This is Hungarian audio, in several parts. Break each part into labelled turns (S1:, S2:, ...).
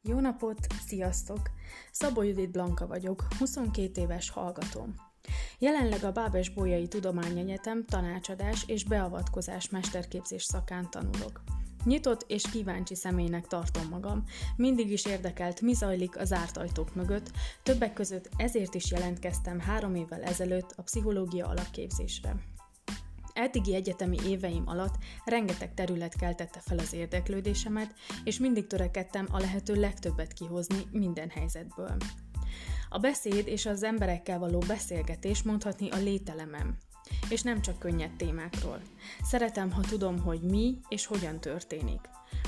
S1: Jó napot, sziasztok! Szabó Judit Blanka vagyok, 22 éves hallgatóm. Jelenleg a Bábes-Bolyai Tudományegyetem tanácsadás és beavatkozás mesterképzés szakán tanulok. Nyitott és kíváncsi személynek tartom magam, mindig is érdekelt, mi zajlik a zárt ajtók mögött, többek között ezért is jelentkeztem 3 évvel ezelőtt a pszichológia alapképzésre. Eddigi egyetemi éveim alatt rengeteg terület keltette fel az érdeklődésemet, és mindig törekedtem a lehető legtöbbet kihozni minden helyzetből. A beszéd és az emberekkel való beszélgetés mondhatni a lételemem, és nem csak könnyed témákról. Szeretem, ha tudom, hogy mi és hogyan történik.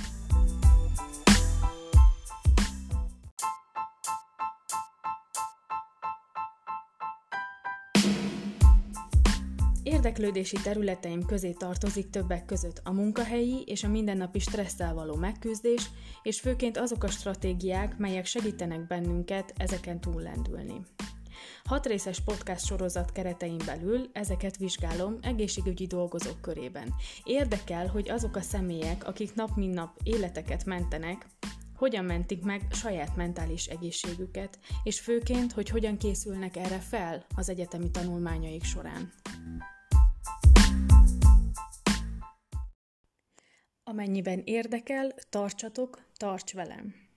S1: Érdeklődési területeim közé tartozik többek között a munkahelyi és a mindennapi stresszel való megküzdés, és főként azok a stratégiák, melyek segítenek bennünket ezeken túllendülni. 6 részes podcast sorozat keretein belül ezeket vizsgálom egészségügyi dolgozók körében. Érdekel, hogy azok a személyek, akik nap mint nap életeket mentenek, hogyan mentik meg saját mentális egészségüket, és főként, hogy hogyan készülnek erre fel az egyetemi tanulmányaik során. Amennyiben érdekel, tartsatok, tarts velem!